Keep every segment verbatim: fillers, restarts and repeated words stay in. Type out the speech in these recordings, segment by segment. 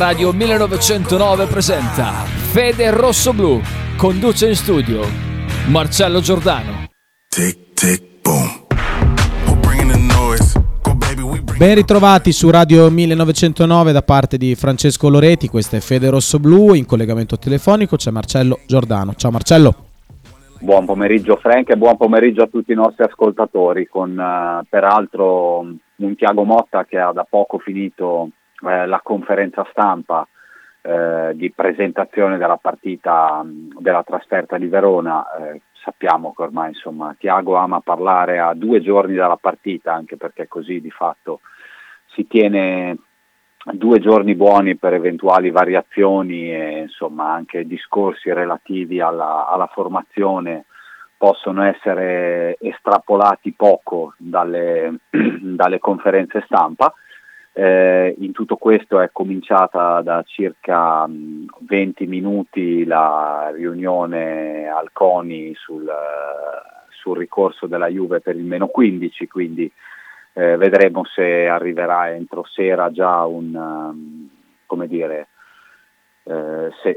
Radio millenovecentonove presenta Fede Rossoblu. Conduce in studio Marcello Giordano. Tic, tic, boom. We're bringing the noise. Go, baby, we bring... Ben ritrovati su Radio millenovecentonove da parte di Francesco Loreti. Questo è Fede Rossoblu. In collegamento telefonico c'è Marcello Giordano. Ciao Marcello. Buon pomeriggio Frank e buon pomeriggio a tutti i nostri ascoltatori, con uh, peraltro un Thiago Motta che ha da poco finito eh, la conferenza stampa eh, di presentazione della partita mh, della trasferta di Verona. Eh, sappiamo che ormai insomma Thiago ama parlare a due giorni dalla partita, anche perché così di fatto si tiene due giorni buoni per eventuali variazioni e insomma anche discorsi relativi alla, alla formazione possono essere estrapolati poco dalle, dalle conferenze stampa. Eh, in tutto questo è cominciata da circa mh, venti minuti la riunione al CONI sul, sul ricorso della Juve per il meno quindici, quindi Eh, vedremo se arriverà entro sera già un, um, come dire, eh, se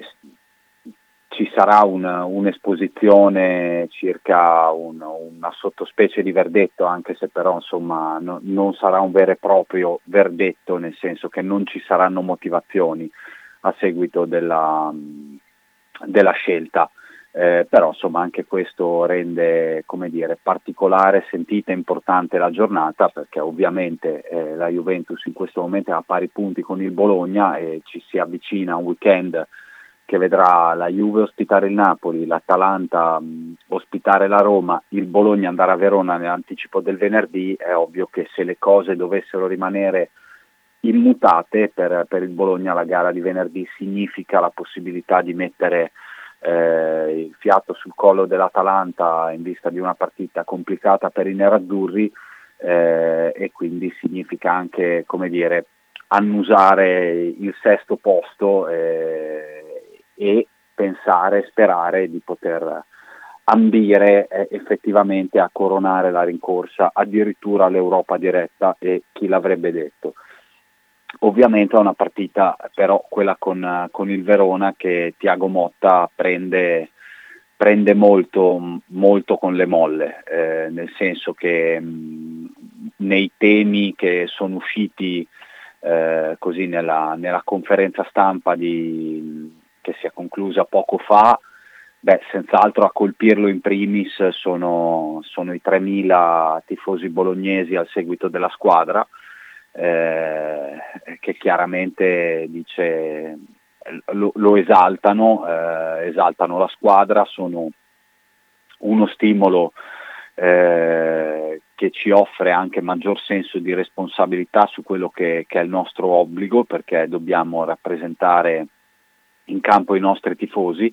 ci sarà un, un'esposizione circa un, una sottospecie di verdetto, anche se però insomma no, non sarà un vero e proprio verdetto, nel senso che non ci saranno motivazioni a seguito della, della scelta. Eh, però insomma anche questo rende, come dire, particolare, sentita e importante la giornata, perché ovviamente eh, la Juventus in questo momento è a pari punti con il Bologna e ci si avvicina a un weekend che vedrà la Juve ospitare il Napoli, l'Atalanta mh, ospitare la Roma, il Bologna andare a Verona nell'anticipo del venerdì. È ovvio che se le cose dovessero rimanere immutate per, per il Bologna, la gara di venerdì significa la possibilità di mettere Eh, il fiato sul collo dell'Atalanta in vista di una partita complicata per i nerazzurri, eh, e quindi significa anche, come dire, annusare il sesto posto eh, e pensare, sperare di poter ambire eh, effettivamente a coronare la rincorsa addirittura all'Europa diretta, e chi l'avrebbe detto. Ovviamente è una partita però quella con, con il Verona che Thiago Motta prende, prende molto, molto con le molle, eh, nel senso che mh, nei temi che sono usciti eh, così nella, nella conferenza stampa di, che si è conclusa poco fa, beh, senz'altro a colpirlo in primis sono, sono i tremila tifosi bolognesi al seguito della squadra, Eh, che chiaramente dice, lo, lo esaltano, eh, esaltano la squadra, sono uno stimolo eh, che ci offre anche maggior senso di responsabilità su quello che, che è il nostro obbligo, perché dobbiamo rappresentare in campo i nostri tifosi.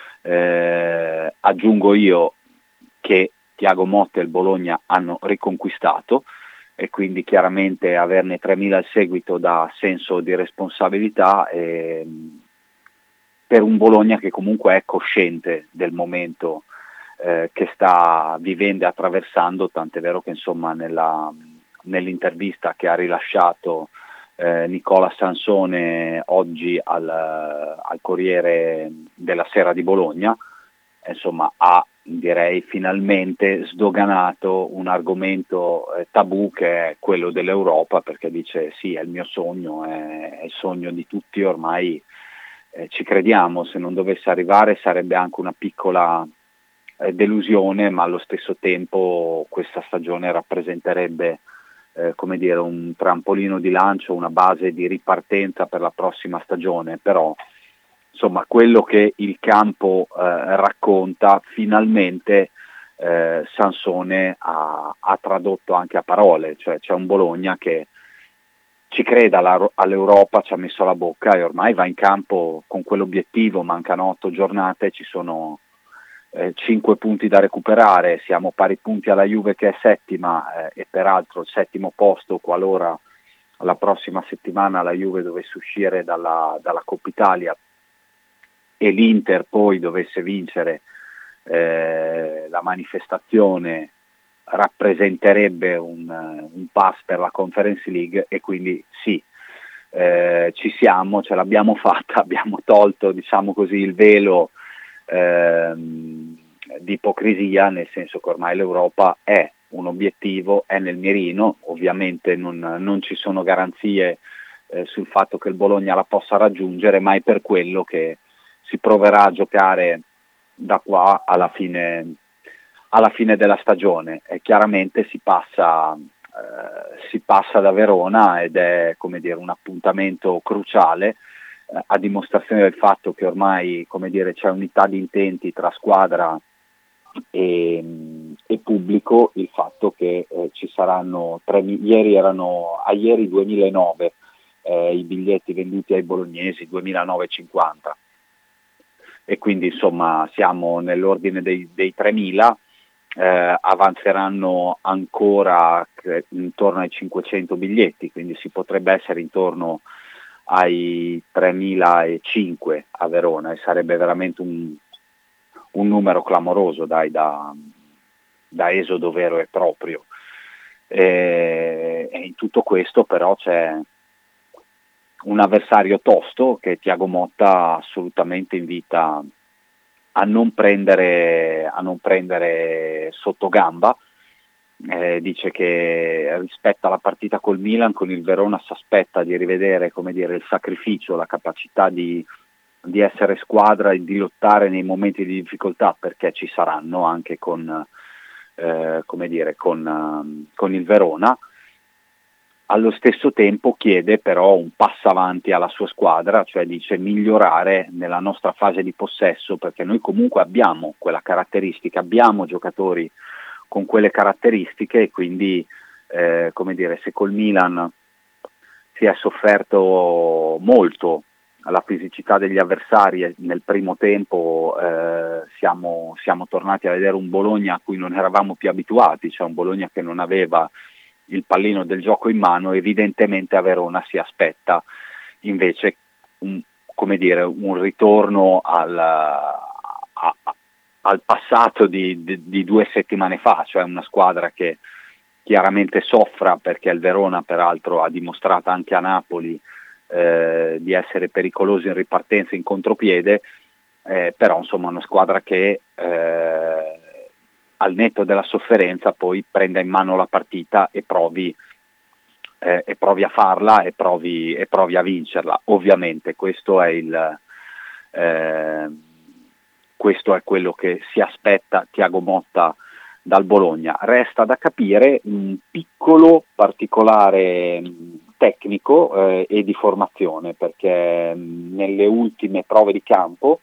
Eh, aggiungo io che Thiago Motta e il Bologna hanno riconquistato, e quindi chiaramente averne tremila al seguito dà senso di responsabilità, e, per un Bologna che comunque è cosciente del momento eh, che sta vivendo e attraversando, tant'è vero che insomma nella, nell'intervista che ha rilasciato eh, Nicola Sansone oggi al, al Corriere della Sera di Bologna, insomma ha, direi, finalmente sdoganato un argomento eh, tabù, che è quello dell'Europa, perché dice sì, è il mio sogno, è, è il sogno di tutti, ormai eh, ci crediamo, se non dovesse arrivare sarebbe anche una piccola eh, delusione, ma allo stesso tempo questa stagione rappresenterebbe eh, come dire, un trampolino di lancio, una base di ripartenza per la prossima stagione. Però insomma quello che il campo eh, racconta finalmente eh, Sansone ha, ha tradotto anche a parole, cioè c'è un Bologna che ci crede alla, all'Europa, ci ha messo la bocca e ormai va in campo con quell'obiettivo. Mancano otto giornate, ci sono eh, cinque punti da recuperare, siamo pari punti alla Juve che è settima eh, e peraltro il settimo posto qualora la prossima settimana la Juve dovesse uscire dalla, dalla Coppa Italia e l'Inter poi dovesse vincere eh, la manifestazione, rappresenterebbe un, un pass per la Conference League, e quindi sì, eh, ci siamo, ce l'abbiamo fatta, abbiamo tolto, diciamo così, il velo ehm, di ipocrisia, nel senso che ormai l'Europa è un obiettivo, è nel mirino. Ovviamente non, non ci sono garanzie eh, sul fatto che il Bologna la possa raggiungere, ma è per quello che si proverà a giocare da qua alla fine, alla fine della stagione. E chiaramente si passa, eh, si passa da Verona ed è, come dire, un appuntamento cruciale, eh, a dimostrazione del fatto che ormai, come dire, c'è unità di intenti tra squadra e, e pubblico, il fatto che eh, ci saranno tre, ieri erano a ieri duemilanove eh, i biglietti venduti ai bolognesi, duemilanovecentocinquanta, e quindi insomma siamo nell'ordine dei, dei tremila, eh, avanzeranno ancora intorno ai cinquecento biglietti, quindi si potrebbe essere intorno ai tremilacinquecento a Verona, e sarebbe veramente un, un numero clamoroso, dai, da, da esodo vero e proprio. E, e in tutto questo però c'è un avversario tosto che Thiago Motta assolutamente invita a non prendere, a non prendere sotto gamba. Eh, dice che rispetto alla partita col Milan, con il Verona si aspetta di rivedere, come dire, il sacrificio, la capacità di, di essere squadra e di lottare nei momenti di difficoltà, perché ci saranno anche con, eh, come dire, con, uh, con il Verona. Allo stesso tempo chiede però un passo avanti alla sua squadra, cioè dice migliorare nella nostra fase di possesso, perché noi comunque abbiamo quella caratteristica, abbiamo giocatori con quelle caratteristiche, e quindi eh, come dire, se col Milan si è sofferto molto alla fisicità degli avversari nel primo tempo, eh, siamo, siamo tornati a vedere un Bologna a cui non eravamo più abituati, cioè un Bologna che non aveva il pallino del gioco in mano. Evidentemente a Verona si aspetta invece un, come dire, un ritorno al, a, al passato di, di, di due settimane fa, cioè una squadra che chiaramente soffra, perché il Verona peraltro ha dimostrato anche a Napoli eh, di essere pericoloso in ripartenza, in contropiede, eh, però insomma una squadra che eh, al netto della sofferenza poi prenda in mano la partita e provi, eh, e provi a farla e provi, e provi a vincerla. Ovviamente questo è il eh, questo è quello che si aspetta Thiago Motta dal Bologna. Resta da capire un piccolo particolare tecnico eh, e di formazione, perché mh, nelle ultime prove di campo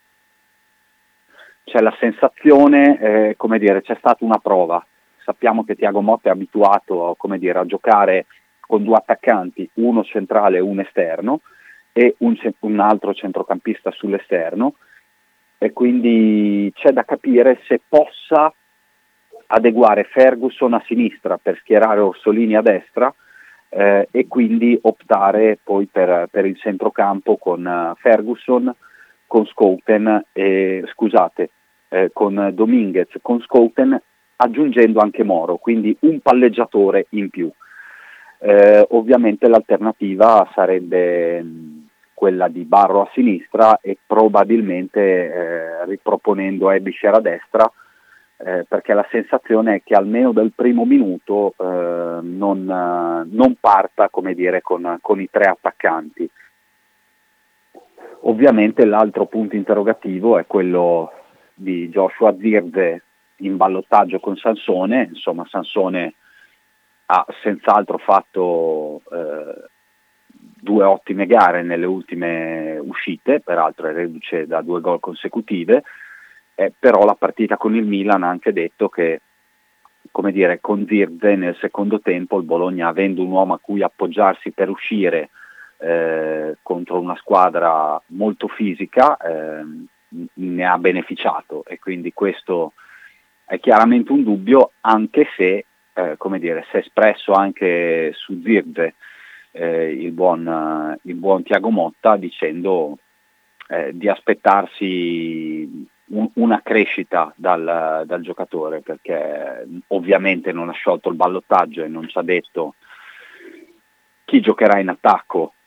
c'è la sensazione, eh, come dire, c'è stata una prova. Sappiamo che Thiago Motta è abituato, come dire, a giocare con due attaccanti, uno centrale e uno esterno, e un, un altro centrocampista sull'esterno, e quindi c'è da capire se possa adeguare Ferguson a sinistra per schierare Orsolini a destra, eh, e quindi optare poi per, per il centrocampo con uh, Ferguson, con Schouten, e, scusate, eh, con Dominguez, con Schouten, aggiungendo anche Moro, quindi un palleggiatore in più. Eh, ovviamente l'alternativa sarebbe mh, quella di Barro a sinistra e probabilmente eh, riproponendo Ebischer a destra, eh, perché la sensazione è che almeno dal primo minuto eh, non, eh, non parta, come dire, con, con i tre attaccanti. Ovviamente l'altro punto interrogativo è quello di Joshua Zirkzee in ballottaggio con Sansone. Insomma, Sansone ha senz'altro fatto eh, due ottime gare nelle ultime uscite, peraltro è reduce da due gol consecutive, eh, però la partita con il Milan ha anche detto che, come dire, con Zirkzee nel secondo tempo il Bologna, avendo un uomo a cui appoggiarsi per uscire eh, contro una squadra molto fisica, eh, ne ha beneficiato, e quindi questo è chiaramente un dubbio, anche se eh, come dire, si è espresso anche su Zirkzee eh, il buon il buon Thiago Motta, dicendo eh, di aspettarsi un, una crescita dal, dal giocatore, perché ovviamente non ha sciolto il ballottaggio e non ci ha detto chi giocherà in attacco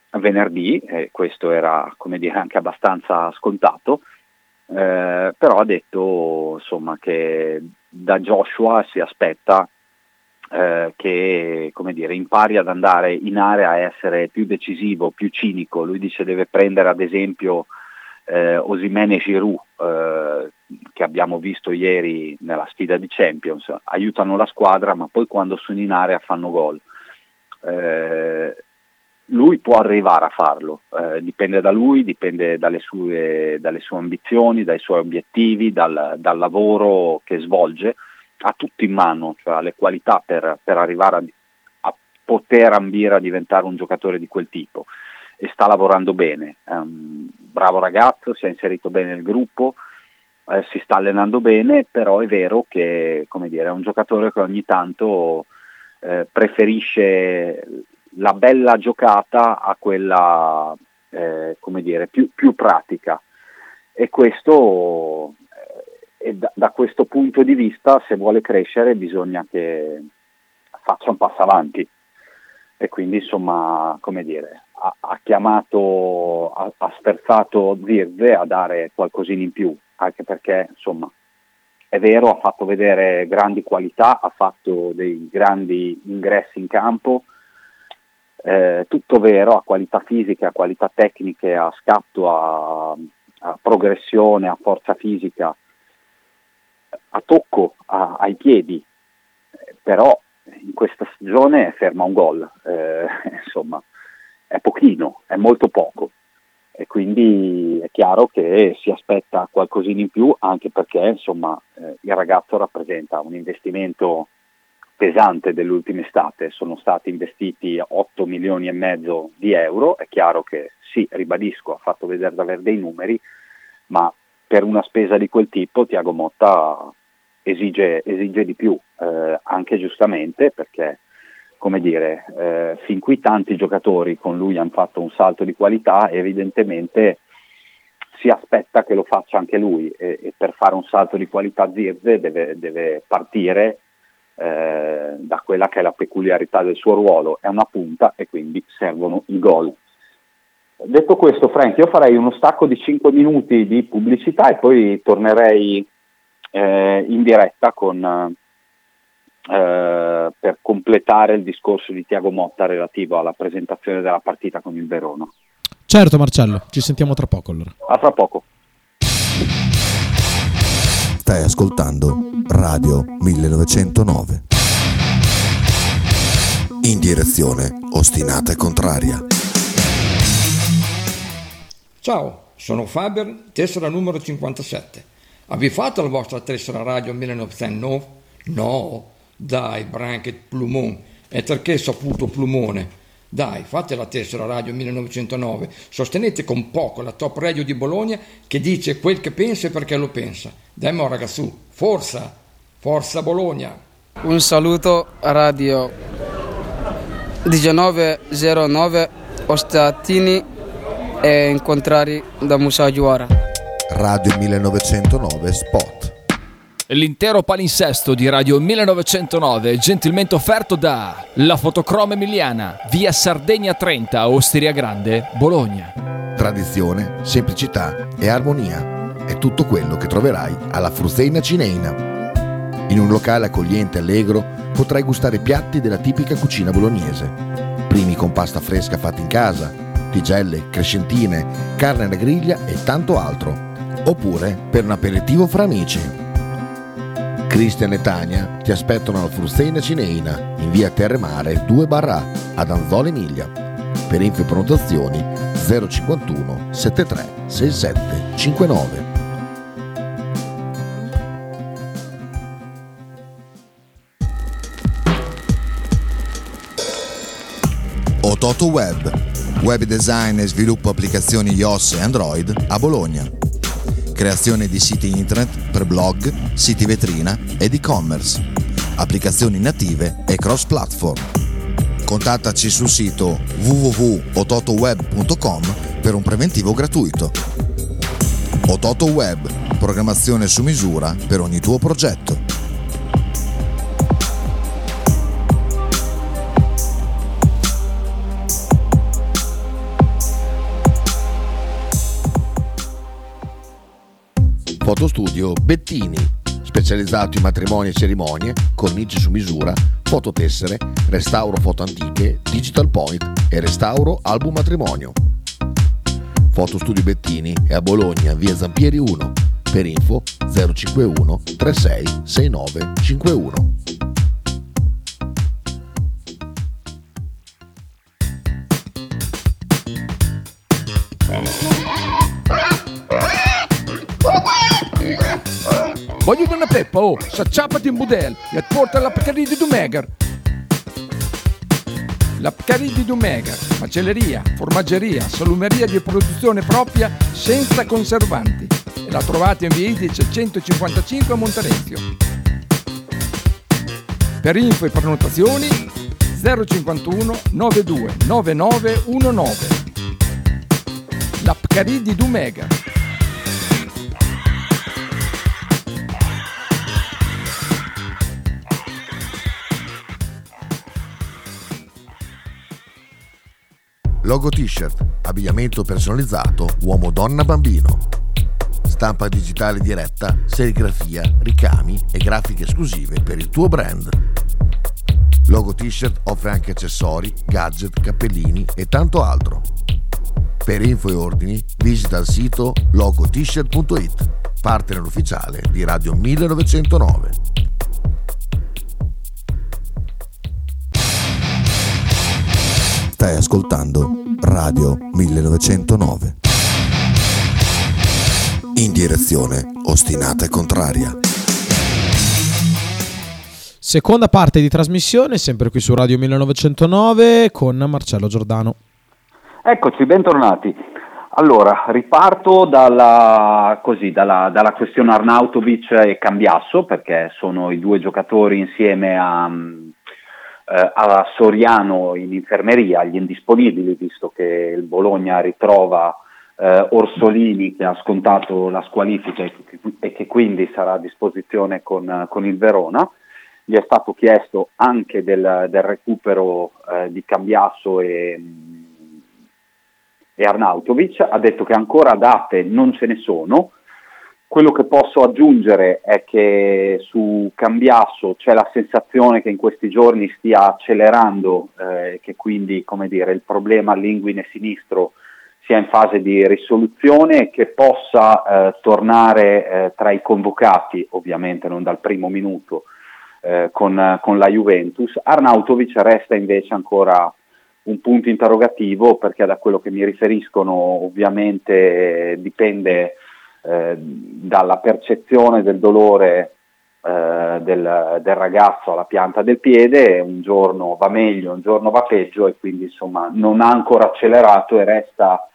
venerdì, e questo era, come dire, anche abbastanza scontato, eh, però ha detto insomma che da Joshua si aspetta eh, che, come dire, impari ad andare in area a essere più decisivo, più cinico. Lui dice deve prendere ad esempio eh, Osimhen e Giroud, eh, che abbiamo visto ieri nella sfida di Champions, aiutano la squadra ma poi quando sono in area fanno gol. Eh, lui può arrivare a farlo, eh, dipende da lui, dipende dalle sue, dalle sue ambizioni, dai suoi obiettivi, dal, dal lavoro che svolge. Ha tutto in mano, cioè ha le qualità per, per arrivare a, a poter ambire a diventare un giocatore di quel tipo, e sta lavorando bene. È un bravo ragazzo, si è inserito bene nel gruppo, eh, si sta allenando bene, però è vero che, come dire, è un giocatore che ogni tanto eh, preferisce la bella giocata a quella eh, come dire più, più pratica, e questo eh, e da, da questo punto di vista, se vuole crescere bisogna che faccia un passo avanti, e quindi insomma, come dire, ha, ha chiamato ha, ha sferzato Zirze a dare qualcosina in più, anche perché insomma è vero, ha fatto vedere grandi qualità, ha fatto dei grandi ingressi in campo. Eh, tutto vero, a qualità fisiche, a qualità tecniche, a scatto, a, a progressione, a forza fisica, a tocco, a, ai piedi, eh, però in questa stagione ferma un gol, eh, insomma è pochino, è molto poco, e quindi è chiaro che si aspetta qualcosina in più, anche perché insomma eh, il ragazzo rappresenta un investimento pesante dell'ultima estate. Sono stati investiti otto milioni e mezzo di euro. È chiaro che sì, ribadisco, ha fatto vedere di avere dei numeri, ma per una spesa di quel tipo Thiago Motta esige, esige di più, eh, anche giustamente, perché, come dire, eh, fin qui tanti giocatori con lui hanno fatto un salto di qualità, e evidentemente si aspetta che lo faccia anche lui, e, e per fare un salto di qualità Zirze deve, deve partire Eh, da quella che è la peculiarità del suo ruolo, è una punta e quindi servono i gol. Detto questo, Frank, io farei uno stacco di cinque minuti di pubblicità e poi tornerei eh, in diretta con, eh, per completare il discorso di Thiago Motta relativo alla presentazione della partita con il Verona. Certo Marcello, ci sentiamo tra poco allora. A tra poco. Stai ascoltando Radio millenovecentonove. In direzione ostinata e contraria. Ciao, sono Faber, tessera numero cinquantasette. Avete fatto la vostra tessera Radio millenovecentonove? No, dai, Branket Plumon. E perché saputo Plumone? Dai, fate la tessera Radio millenovecentonove, sostenete con poco la top radio di Bologna che dice quel che pensa e perché lo pensa. Dai mo ragazzu, forza, forza Bologna. Un saluto a Radio millenovecentodiciannove Ostatini e incontrari da Musa Giuara. Radio millenovecentonove Spot. L'intero palinsesto di Radio millenovecentonove gentilmente offerto da La Fotocroma Emiliana, via Sardegna trenta, Osteria Grande, Bologna. Tradizione, semplicità e armonia è tutto quello che troverai alla Fruzeina Cineina. In un locale accogliente e allegro potrai gustare piatti della tipica cucina bolognese. Primi con pasta fresca fatta in casa, tigelle, crescentine, carne alla griglia e tanto altro. Oppure per un aperitivo fra amici. Cristian e Tania ti aspettano alla Fruzeina Cineina in via Terremare due barra ad Anzola Emilia. Per info e prenotazioni zero cinquantuno settantatré sessantasette cinquantanove. Ototo Web, web design e sviluppo applicazioni iOS e Android a Bologna. Creazione di siti internet per blog, siti vetrina ed e-commerce, applicazioni native e cross-platform. Contattaci sul sito w w w punto ototoweb punto com per un preventivo gratuito. Ototo Web, programmazione su misura per ogni tuo progetto. Fotostudio Bettini, specializzato in matrimoni e cerimonie, cornici su misura, fototessere, restauro foto antiche, digital point e restauro album matrimonio. Fotostudio Bettini è a Bologna, via Zampieri uno, per info zero cinquantuno trentasei sessantanove cinquantuno. Voglio una peppa, oh, s'acciappati in budel e porta la Pcaridi di Dumegar. La Pcaridi di Dumegar, macelleria, formaggeria, salumeria di produzione propria senza conservanti. E la trovate in via Idice centocinquantacinque a Monterezio. Per info e prenotazioni zero cinquantuno novantadue novantanove diciannove. La Pcaridi di Dumegar. Logo T-shirt, abbigliamento personalizzato uomo, donna, bambino. Stampa digitale diretta, serigrafia, ricami e grafiche esclusive per il tuo brand. Logo T-shirt offre anche accessori, gadget, cappellini e tanto altro. Per info e ordini visita il sito logo t shirt punto it, partner ufficiale di Radio millenovecentonove. Stai ascoltando Radio millenovecentonove. In direzione ostinata e contraria. Seconda parte di trasmissione, sempre qui su Radio millenovecentonove con Marcello Giordano. Eccoci, bentornati. Allora, riparto dalla, così, dalla, dalla questione Arnautovic e Cambiasso, perché sono i due giocatori insieme a... a Soriano in infermeria, gli indisponibili, visto che il Bologna ritrova eh, Orsolini, che ha scontato la squalifica e che, e che quindi sarà a disposizione con, con il Verona. Gli è stato chiesto anche del, del recupero eh, di Cambiasso e, e Arnautovic, ha detto che ancora date non ce ne sono. Quello che posso aggiungere è che su Cambiasso c'è la sensazione che in questi giorni stia accelerando, eh, che quindi, come dire, il problema all'inguine sinistro sia in fase di risoluzione e che possa eh, tornare eh, tra i convocati, ovviamente non dal primo minuto, eh, con, con la Juventus. Arnautovic resta invece ancora un punto interrogativo, perché da quello che mi riferiscono ovviamente eh, dipende Eh, dalla percezione del dolore eh, del, del ragazzo alla pianta del piede. Un giorno va meglio, un giorno va peggio, e quindi insomma non ha ancora accelerato e resta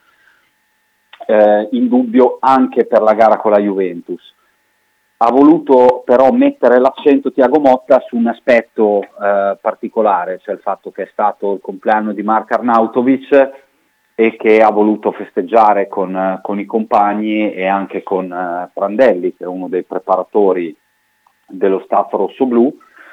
eh, in dubbio anche per la gara con la Juventus. Ha voluto però mettere l'accento Thiago Motta su un aspetto eh, particolare, cioè il fatto che è stato il compleanno di Mark Arnautovic e che ha voluto festeggiare con, con i compagni e anche con uh, Prandelli, che è uno dei preparatori dello staff rossoblu.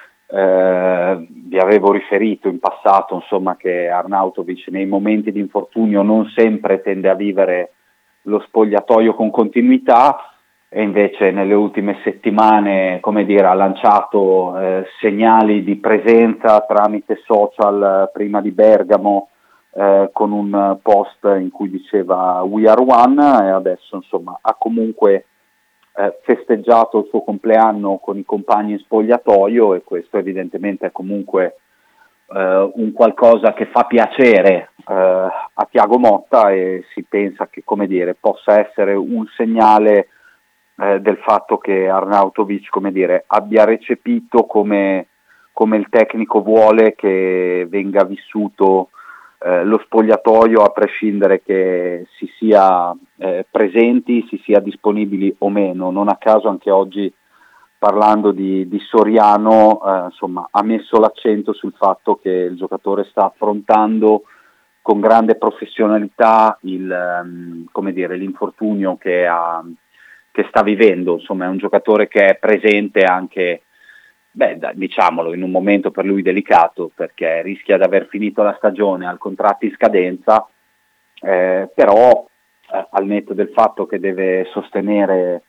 Eh, vi avevo riferito in passato, insomma, che Arnautovic nei momenti di infortunio non sempre tende a vivere lo spogliatoio con continuità, e invece nelle ultime settimane, come dire, ha lanciato eh, segnali di presenza tramite social, eh, prima di Bergamo, Eh, con un post in cui diceva "We are one", e adesso insomma ha comunque eh, festeggiato il suo compleanno con i compagni in spogliatoio, e questo evidentemente è comunque eh, un qualcosa che fa piacere eh, a Thiago Motta, e si pensa che, come dire, possa essere un segnale eh, del fatto che Arnautovic, come dire, abbia recepito come, come il tecnico vuole che venga vissuto Eh, lo spogliatoio, a prescindere che si sia eh, presenti, si sia disponibili o meno. Non a caso anche oggi, parlando di, di Soriano, eh, insomma, ha messo l'accento sul fatto che il giocatore sta affrontando con grande professionalità il, um, come dire, l'infortunio che, ha, che sta vivendo. Insomma, è un giocatore che è presente anche, beh, diciamolo, in un momento per lui delicato, perché rischia di aver finito la stagione al contratto in scadenza, eh, però eh, al netto del fatto che deve sostenere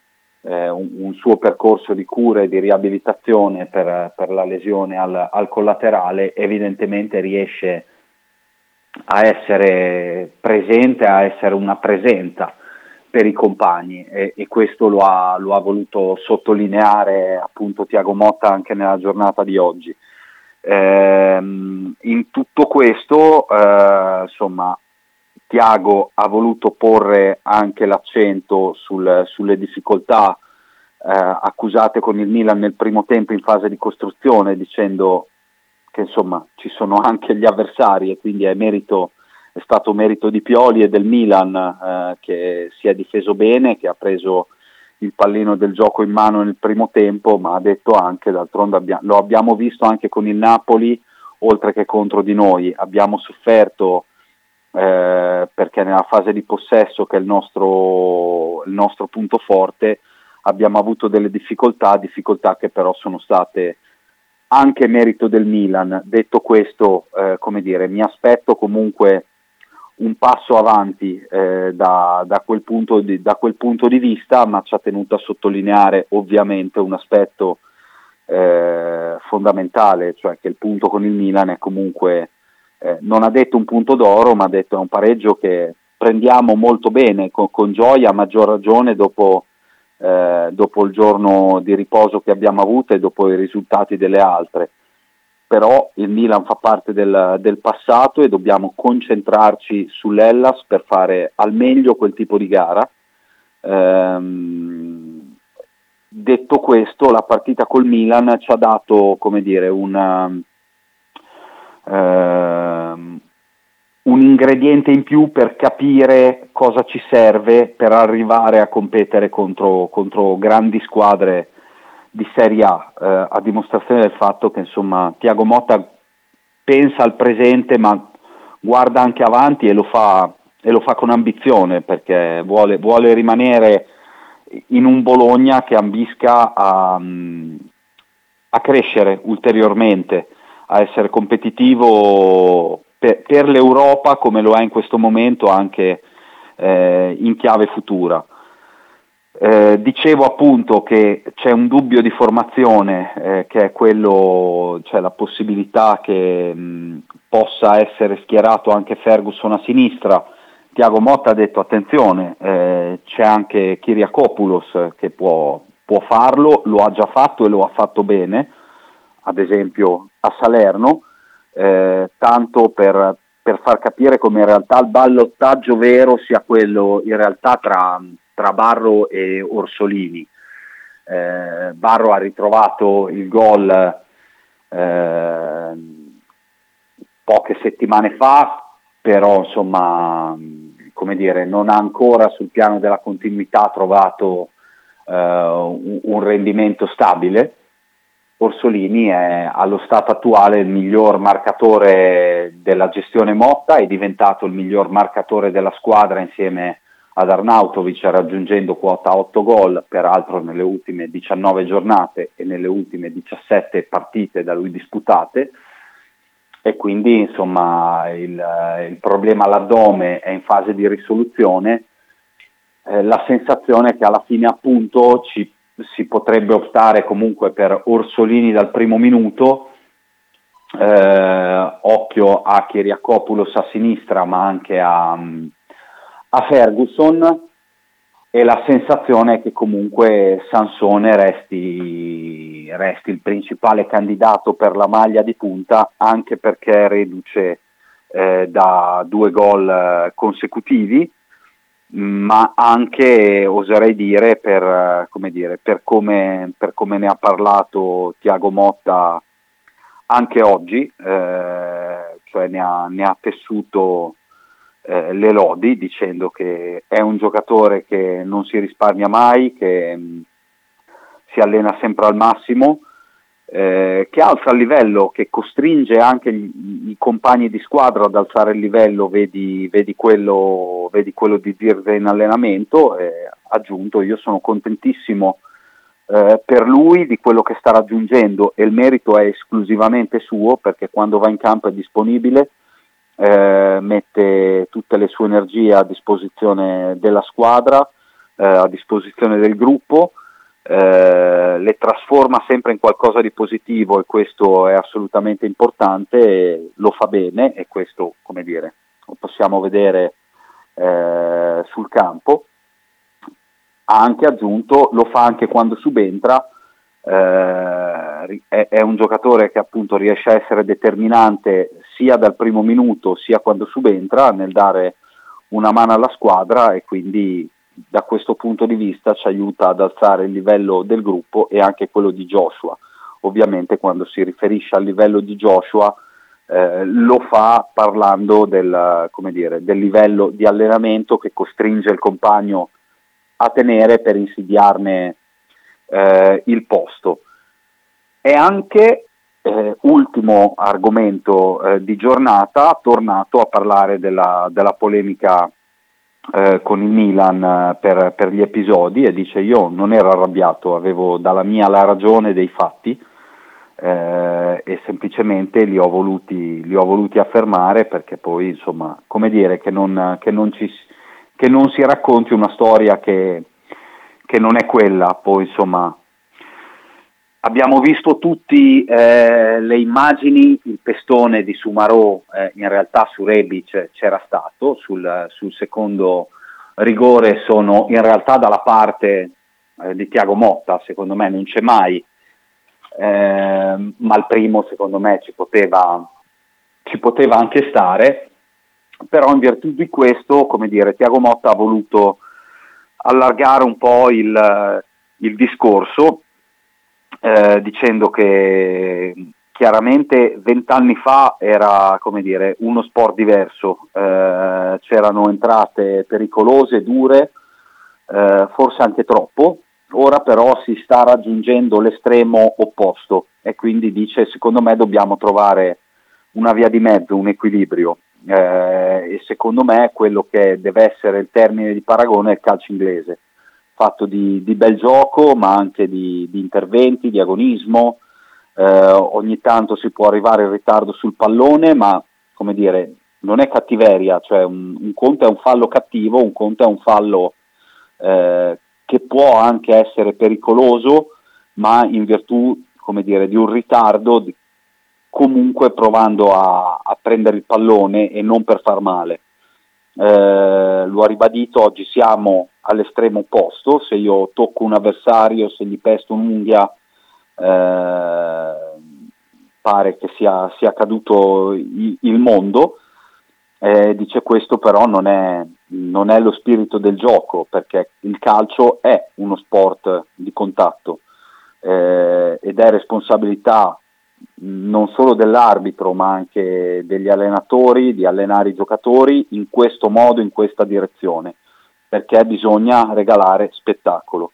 eh, un, un suo percorso di cura e di riabilitazione per, per la lesione al, al collaterale, evidentemente riesce a essere presente, a essere una presenza per i compagni, e, e questo lo ha, lo ha voluto sottolineare appunto Thiago Motta anche nella giornata di oggi. Ehm, in tutto questo eh, insomma Thiago ha voluto porre anche l'accento sul, sulle difficoltà eh, accusate con il Milan nel primo tempo in fase di costruzione, dicendo che insomma ci sono anche gli avversari e quindi è merito, è stato merito di Pioli e del Milan eh, che si è difeso bene, che ha preso il pallino del gioco in mano nel primo tempo, ma ha detto anche, d'altronde abbia, lo abbiamo visto anche con il Napoli, oltre che contro di noi, abbiamo sofferto eh, perché nella fase di possesso, che è il nostro, il nostro punto forte, abbiamo avuto delle difficoltà, difficoltà che però sono state anche merito del Milan. Detto questo, eh, come dire, mi aspetto comunque un passo avanti eh, da, da, quel punto di, da quel punto di vista, ma ci ha tenuto a sottolineare ovviamente un aspetto eh, fondamentale, cioè che il punto con il Milan è comunque, eh, non ha detto un punto d'oro, ma ha detto è un pareggio che prendiamo molto bene, con, con gioia, a maggior ragione dopo Eh, dopo il giorno di riposo che abbiamo avuto e dopo i risultati delle altre. Però il Milan fa parte del, del passato e dobbiamo concentrarci sull'Hellas per fare al meglio quel tipo di gara. Ehm, detto questo, la partita col Milan ci ha dato, come dire, una, ehm, un ingrediente in più per capire cosa ci serve per arrivare a competere contro, contro grandi squadre di Serie A, eh, a dimostrazione del fatto che insomma Thiago Motta pensa al presente ma guarda anche avanti e lo fa, e lo fa con ambizione, perché vuole, vuole rimanere in un Bologna che ambisca a, a crescere ulteriormente, a essere competitivo Per, per l'Europa come lo è in questo momento anche eh, in chiave futura. Eh, dicevo appunto che c'è un dubbio di formazione eh, che è quello, cioè la possibilità che mh, possa essere schierato anche Ferguson a sinistra. Thiago Motta ha detto attenzione, eh, c'è anche Kyriakopoulos che può, può farlo, lo ha già fatto e lo ha fatto bene, ad esempio a Salerno. Eh, tanto per, per far capire come in realtà il ballottaggio vero sia quello in realtà tra, tra Barro e Orsolini. Eh, Barro ha ritrovato il gol eh, poche settimane fa, però insomma, come dire, non ha ancora sul piano della continuità trovato eh, un, un rendimento stabile. Orsolini è allo stato attuale il miglior marcatore della gestione Motta, è diventato il miglior marcatore della squadra insieme ad Arnautovic, raggiungendo quota otto gol, peraltro nelle ultime diciannove giornate e nelle ultime diciassette partite da lui disputate, e quindi insomma il, il problema all'addome è in fase di risoluzione. Eh, la sensazione è che alla fine appunto ci si potrebbe optare comunque per Orsolini dal primo minuto, eh, occhio a Kyriakopoulos a sinistra ma anche a, a Ferguson, e la sensazione è che comunque Sansone resti, resti il principale candidato per la maglia di punta, anche perché è reduce eh, da due gol consecutivi, ma anche oserei dire per come dire per come per come ne ha parlato Thiago Motta anche oggi, eh, cioè ne ha, ne ha tessuto eh, le lodi, dicendo che è un giocatore che non si risparmia mai, che mh, si allena sempre al massimo, eh, che alza il livello, che costringe anche gli, i compagni di squadra ad alzare il livello, vedi, vedi, quello, vedi quello di Zirze in allenamento. Eh, aggiunto, io sono contentissimo eh, per lui di quello che sta raggiungendo, e il merito è esclusivamente suo, perché quando va in campo è disponibile, eh, mette tutte le sue energie a disposizione della squadra, eh, a disposizione del gruppo. eh, le trasforma sempre in qualcosa di positivo, e questo è assolutamente importante, e lo fa bene, e questo, come dire, lo possiamo vedere eh, sul campo. Ha anche aggiunto, lo fa anche quando subentra, eh, è, è un giocatore che appunto riesce a essere determinante sia dal primo minuto sia quando subentra nel dare una mano alla squadra, e quindi da questo punto di vista ci aiuta ad alzare il livello del gruppo e anche quello di Joshua. Ovviamente quando si riferisce al livello di Joshua eh, lo fa parlando del, come dire, del livello di allenamento che costringe il compagno a tenere per insidiarne eh, il posto. E anche, eh, ultimo argomento eh, di giornata, tornato a parlare della, della polemica eh, con il Milan eh, per, per gli episodi, e dice: io non ero arrabbiato, avevo dalla mia la ragione dei fatti, eh, e semplicemente li ho voluti, li ho voluti affermare, perché poi, insomma, come dire, che non, che non ci che non si racconti una storia che, che non è quella. Poi, insomma, abbiamo visto tutti eh, le immagini, il pestone di Soumaoro, eh, in realtà su Rebic c'era stato, sul, sul secondo rigore sono in realtà dalla parte eh, di Thiago Motta, secondo me non c'è mai, eh, ma il primo secondo me ci poteva, ci poteva anche stare. Però in virtù di questo, come dire, Thiago Motta ha voluto allargare un po' il, il discorso, eh, dicendo che chiaramente vent'anni fa era, come dire, uno sport diverso, eh, c'erano entrate pericolose, dure, eh, forse anche troppo. Ora però si sta raggiungendo l'estremo opposto, e quindi dice: secondo me dobbiamo trovare una via di mezzo, un equilibrio. Eh, e secondo me quello che deve essere il termine di paragone è il calcio inglese, fatto di, di bel gioco, ma anche di, di interventi, di agonismo. Eh, ogni tanto si può arrivare in ritardo sul pallone, ma, come dire, non è cattiveria, cioè un, un conto è un fallo cattivo, un conto è un fallo eh, che può anche essere pericoloso, ma in virtù, come dire, di un ritardo, di, comunque provando a, a prendere il pallone e non per far male. Eh, lo ha ribadito, oggi siamo all'estremo opposto. Se io tocco un avversario, se gli pesto un'unghia, eh, pare che sia, sia caduto il, il mondo. Eh, dice: questo però non è, non è lo spirito del gioco, perché il calcio è uno sport di contatto, eh, ed è responsabilità non solo dell'arbitro ma anche degli allenatori di allenare i giocatori in questo modo, in questa direzione, perché bisogna regalare spettacolo.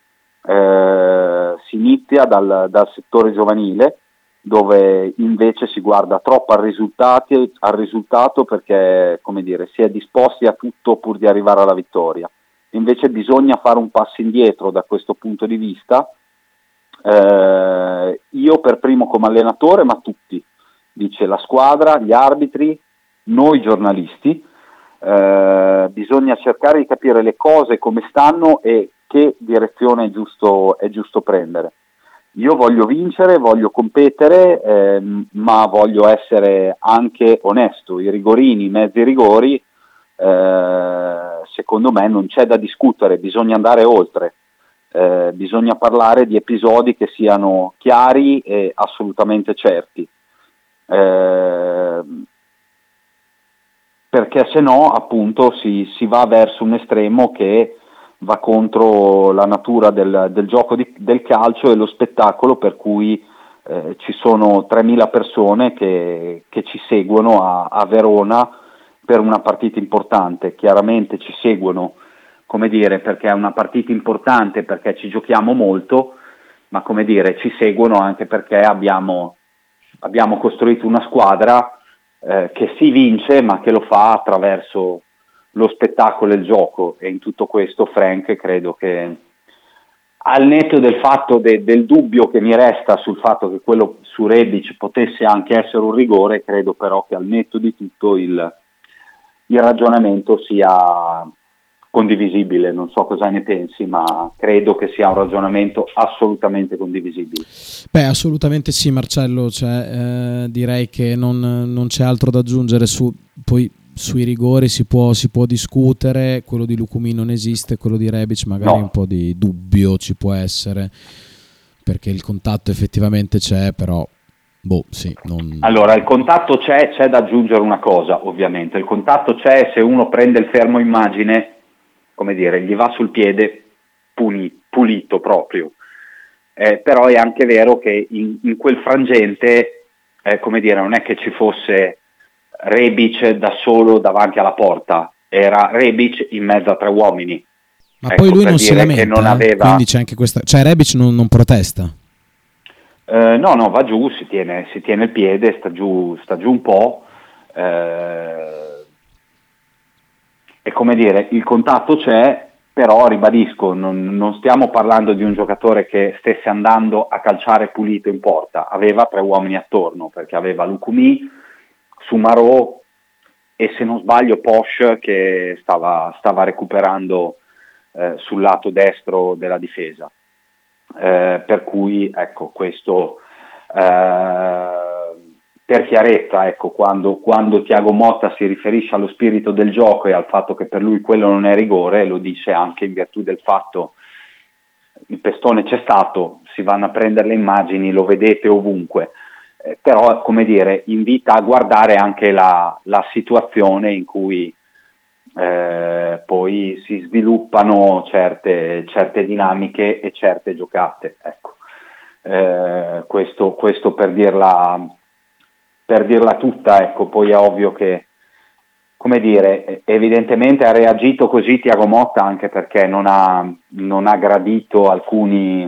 Eh, si inizia dal, dal settore giovanile, dove invece si guarda troppo al, risultati, al risultato, perché, come dire, si è disposti a tutto pur di arrivare alla vittoria. Invece bisogna fare un passo indietro da questo punto di vista. Eh, io per primo come allenatore, ma tutti, dice la squadra, gli arbitri, noi giornalisti, eh, bisogna cercare di capire le cose come stanno e che direzione è giusto, è giusto prendere. Io voglio vincere, voglio competere, eh, ma voglio essere anche onesto. I rigorini, i mezzi rigori, eh, secondo me non c'è da discutere, bisogna andare oltre. Eh, bisogna parlare di episodi che siano chiari e assolutamente certi, eh, perché se no appunto si, si va verso un estremo che va contro la natura del, del gioco di, del calcio e lo spettacolo, per cui eh, ci sono tremila persone che, che ci seguono a, a Verona per una partita importante. Chiaramente ci seguono, come dire, perché è una partita importante, perché ci giochiamo molto, ma, come dire, ci seguono anche perché abbiamo, abbiamo costruito una squadra eh, che si vince, ma che lo fa attraverso lo spettacolo e il gioco. E in tutto questo, Frank, credo che, al netto del fatto de, del dubbio che mi resta sul fatto che quello su Rebic potesse anche essere un rigore, credo però che al netto di tutto il, il ragionamento sia condivisibile, non so cosa ne pensi, ma credo che sia un ragionamento assolutamente condivisibile. Beh, assolutamente sì, Marcello, cioè, eh, direi che non, non c'è altro da aggiungere. Su, poi sui rigori si può, si può discutere, quello di Lucumi non esiste, quello di Rebic magari No. un po' di dubbio ci può essere, perché il contatto effettivamente c'è, però boh, sì, non... Allora, il contatto c'è, c'è da aggiungere una cosa, ovviamente, il contatto c'è se uno prende il fermo immagine, come dire, gli va sul piede puli- pulito proprio, eh, però è anche vero che in, in quel frangente, eh, come dire, non è che ci fosse Rebic da solo davanti alla porta, era Rebic in mezzo a tre uomini. Ma Ecco, poi lui per non si dire che lamenta, non eh? aveva... Quindi c'è anche questa... Cioè Rebic non, non protesta. Eh, no, no, va giù, si tiene, si tiene il piede, sta giù, sta giù un po', eh, e come dire, il contatto c'è, però ribadisco, non, non stiamo parlando di un giocatore che stesse andando a calciare pulito in porta, aveva tre uomini attorno, perché aveva Lucumi, Sumarò e se non sbaglio Posch che stava, stava recuperando eh, sul lato destro della difesa. Eh, per cui ecco questo eh, per chiarezza, ecco, quando, quando Thiago Motta si riferisce allo spirito del gioco e al fatto che per lui quello non è rigore, lo dice anche in virtù del fatto il pestone c'è stato, si vanno a prendere le immagini, lo vedete ovunque, eh, però come dire invita a guardare anche la, la situazione in cui Eh, poi si sviluppano certe, certe dinamiche e certe giocate, ecco. Eh, questo, questo per dirla, per dirla tutta, ecco. Poi è ovvio che, come dire, evidentemente ha reagito così Thiago Motta anche perché non ha, non ha gradito alcuni,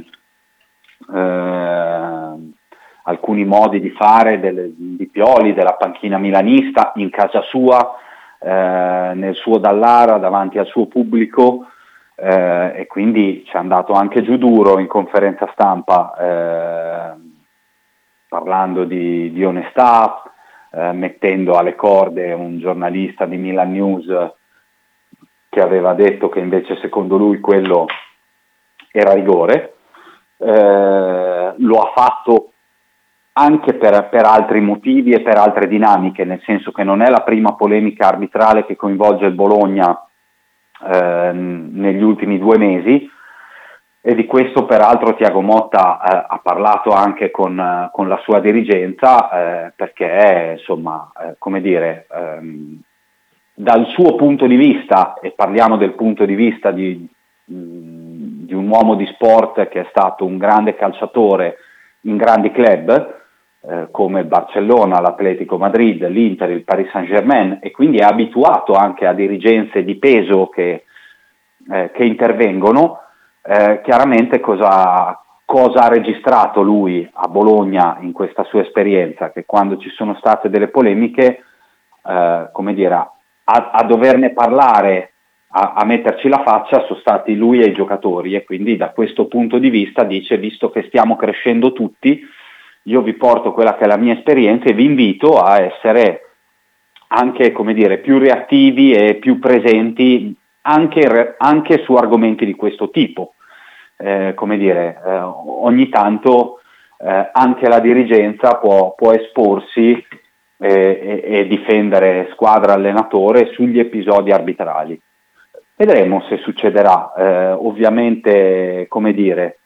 eh, alcuni modi di fare del, di Pioli, della panchina milanista in casa sua, Eh, nel suo Dallara davanti al suo pubblico, eh, e quindi ci è andato anche giù duro in conferenza stampa, eh, parlando di, di onestà, eh, mettendo alle corde un giornalista di Milan News che aveva detto che invece secondo lui quello era rigore. Eh, lo ha fatto anche per, per altri motivi e per altre dinamiche, nel senso che non è la prima polemica arbitrale che coinvolge il Bologna eh, negli ultimi due mesi, e di questo peraltro Thiago Motta eh, ha parlato anche con, eh, con la sua dirigenza, eh, perché insomma, eh, come dire, ehm, dal suo punto di vista, e parliamo del punto di vista di, di un uomo di sport che è stato un grande calciatore in grandi club, Eh, come il Barcellona, l'Atletico Madrid, l'Inter, il Paris Saint-Germain, e quindi è abituato anche a dirigenze di peso che, eh, che intervengono. Eh, chiaramente cosa, cosa ha registrato lui a Bologna in questa sua esperienza? Che quando ci sono state delle polemiche, eh, come dire, a, a doverne parlare, a, a metterci la faccia, sono stati lui e i giocatori, e quindi da questo punto di vista dice, visto che stiamo crescendo tutti, io vi porto quella che è la mia esperienza e vi invito a essere anche, come dire, più reattivi e più presenti anche, anche su argomenti di questo tipo. Eh, come dire, eh, ogni tanto eh, anche la dirigenza può, può esporsi eh, e, e difendere squadra e allenatore sugli episodi arbitrali. Vedremo se succederà. Eh, ovviamente, come dire,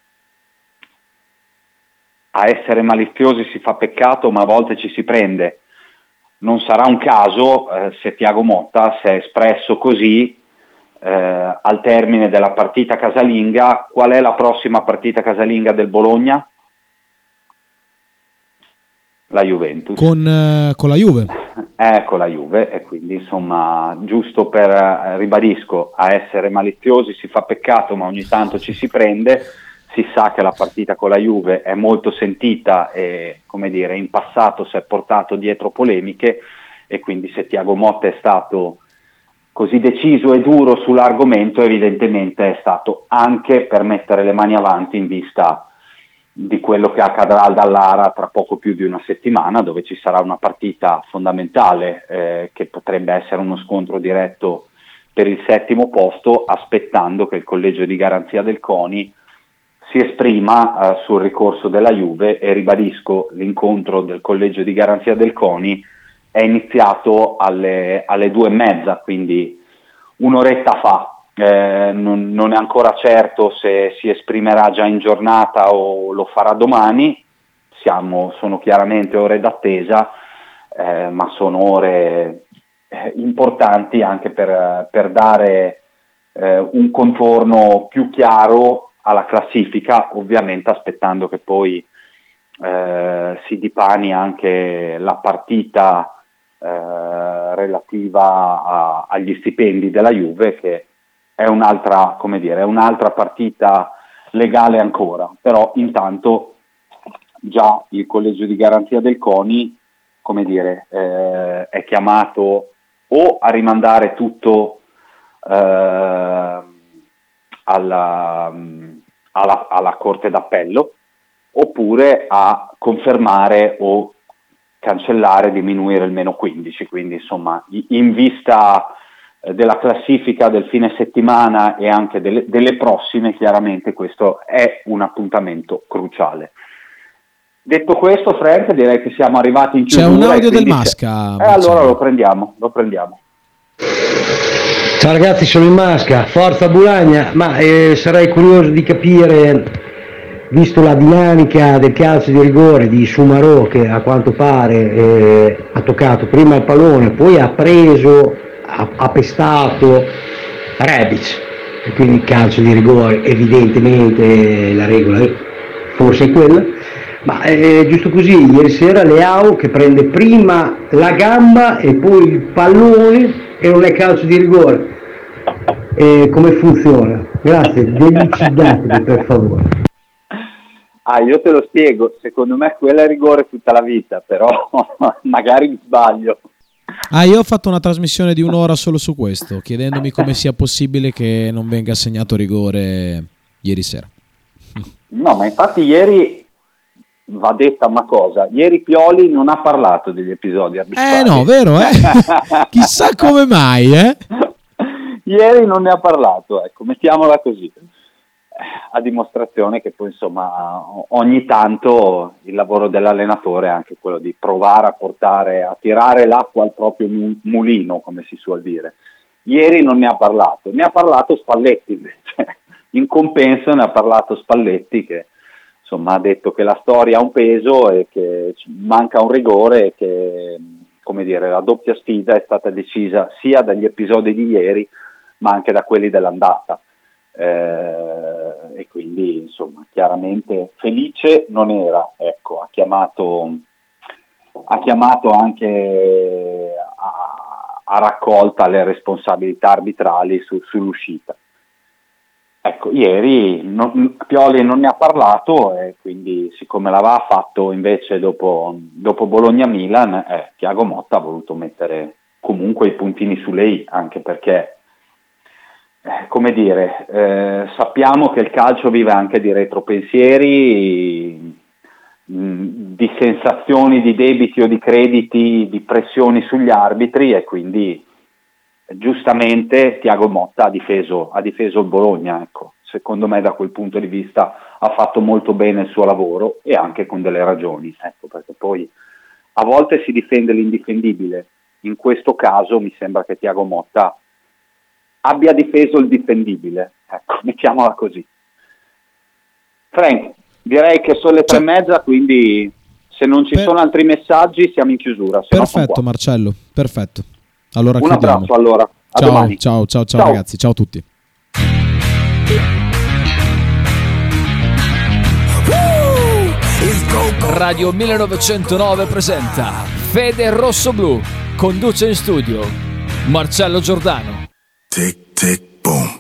a essere maliziosi si fa peccato, ma a volte ci si prende. Non sarà un caso eh, se Thiago Motta si è espresso così eh, al termine della partita casalinga. Qual è la prossima partita casalinga del Bologna? La Juventus. Con, eh, con la Juve. Eh, con la Juve, e quindi insomma, giusto per, eh, ribadisco, a essere maliziosi si fa peccato, ma ogni tanto ci si prende. Si sa che la partita con la Juve è molto sentita e, come dire, in passato si è portato dietro polemiche, e quindi se Thiago Motta è stato così deciso e duro sull'argomento, evidentemente è stato anche per mettere le mani avanti in vista di quello che accadrà al Dallara tra poco più di una settimana, dove ci sarà una partita fondamentale eh, che potrebbe essere uno scontro diretto per il settimo posto, aspettando che il collegio di garanzia del CONI si esprima eh, sul ricorso della Juve, e ribadisco, l'incontro del collegio di garanzia del CONI è iniziato alle, alle due e mezza, quindi un'oretta fa. Eh, non, non è ancora certo se si esprimerà già in giornata o lo farà domani. Siamo, sono chiaramente ore d'attesa, eh, ma sono ore eh, importanti anche per, per dare eh, un contorno più chiaro alla classifica, ovviamente aspettando che poi eh, si dipani anche la partita eh, relativa a, agli stipendi della Juve, che è un'altra, come dire, è un'altra partita legale ancora. Però intanto già il collegio di garanzia del CONI, come dire, eh, è chiamato o a rimandare tutto eh, alla, alla, alla Corte d'Appello, oppure a confermare o cancellare, diminuire il meno quindici. Quindi insomma, in vista della classifica del fine settimana e anche delle, delle prossime, chiaramente questo è un appuntamento cruciale. Detto questo, Frank, direi che siamo arrivati in chiusura. C'è un audio del Masca. E eh, allora lo prendiamo, lo prendiamo. Ciao ragazzi, sono in Masca, forza Bulagna, ma eh, sarei curioso di capire, visto la dinamica del calcio di rigore di Soumarò, che a quanto pare eh, ha toccato prima il pallone, poi ha preso, ha, ha pestato Rebic, e quindi il calcio di rigore, evidentemente la regola forse è quella. Ma eh, giusto così, ieri sera Leao che prende prima la gamba e poi il pallone e non è calcio di rigore. Eh, come funziona? Grazie, delucidatevi per favore. Ah, io te lo spiego, secondo me quello è rigore tutta la vita, però magari mi sbaglio. Ah, io ho fatto una trasmissione di un'ora solo su questo, chiedendomi come sia possibile che non venga assegnato rigore ieri sera. No, ma infatti ieri va detta una cosa, ieri Pioli non ha parlato degli episodi arbitrali. Eh no, vero, eh? Chissà come mai, eh? Ieri non ne ha parlato, ecco, mettiamola così, a dimostrazione che poi insomma ogni tanto il lavoro dell'allenatore è anche quello di provare a portare, a tirare l'acqua al proprio mulino, come si suol dire. Ieri non ne ha parlato, ne ha parlato Spalletti invece, in compenso ne ha parlato Spalletti, che insomma ha detto che la storia ha un peso e che manca un rigore, e che, come dire, la doppia sfida è stata decisa sia dagli episodi di ieri ma anche da quelli dell'andata, eh, e quindi insomma chiaramente felice non era, ecco, ha chiamato ha chiamato anche a, a raccolta le responsabilità arbitrali su, sull'uscita. Ecco, ieri non, Pioli non ne ha parlato, e quindi siccome l'aveva fatto invece dopo, dopo Bologna-Milan, eh, Thiago Motta ha voluto mettere comunque i puntini sulle i, anche perché, eh, come dire, eh, sappiamo che il calcio vive anche di retropensieri, mh, di sensazioni di debiti o di crediti, di pressioni sugli arbitri, e quindi giustamente Thiago Motta ha difeso, ha difeso il Bologna, ecco. Secondo me da quel punto di vista ha fatto molto bene il suo lavoro, e anche con delle ragioni, ecco, perché poi a volte si difende l'indifendibile. In questo caso mi sembra che Thiago Motta abbia difeso il difendibile, ecco, mettiamola così. Frank, direi che sono le tre e mezza, quindi se non ci per... sono altri messaggi siamo in chiusura. Perfetto, Marcello, perfetto. Allora un chiudiamo. Abbraccio allora. A ciao, domani. ciao, ciao, ciao, ciao ragazzi, ciao a tutti. Radio millenovecentonove presenta Fede Rossoblu. Conduce in studio Marcello Giordano. Tick, tick, boom.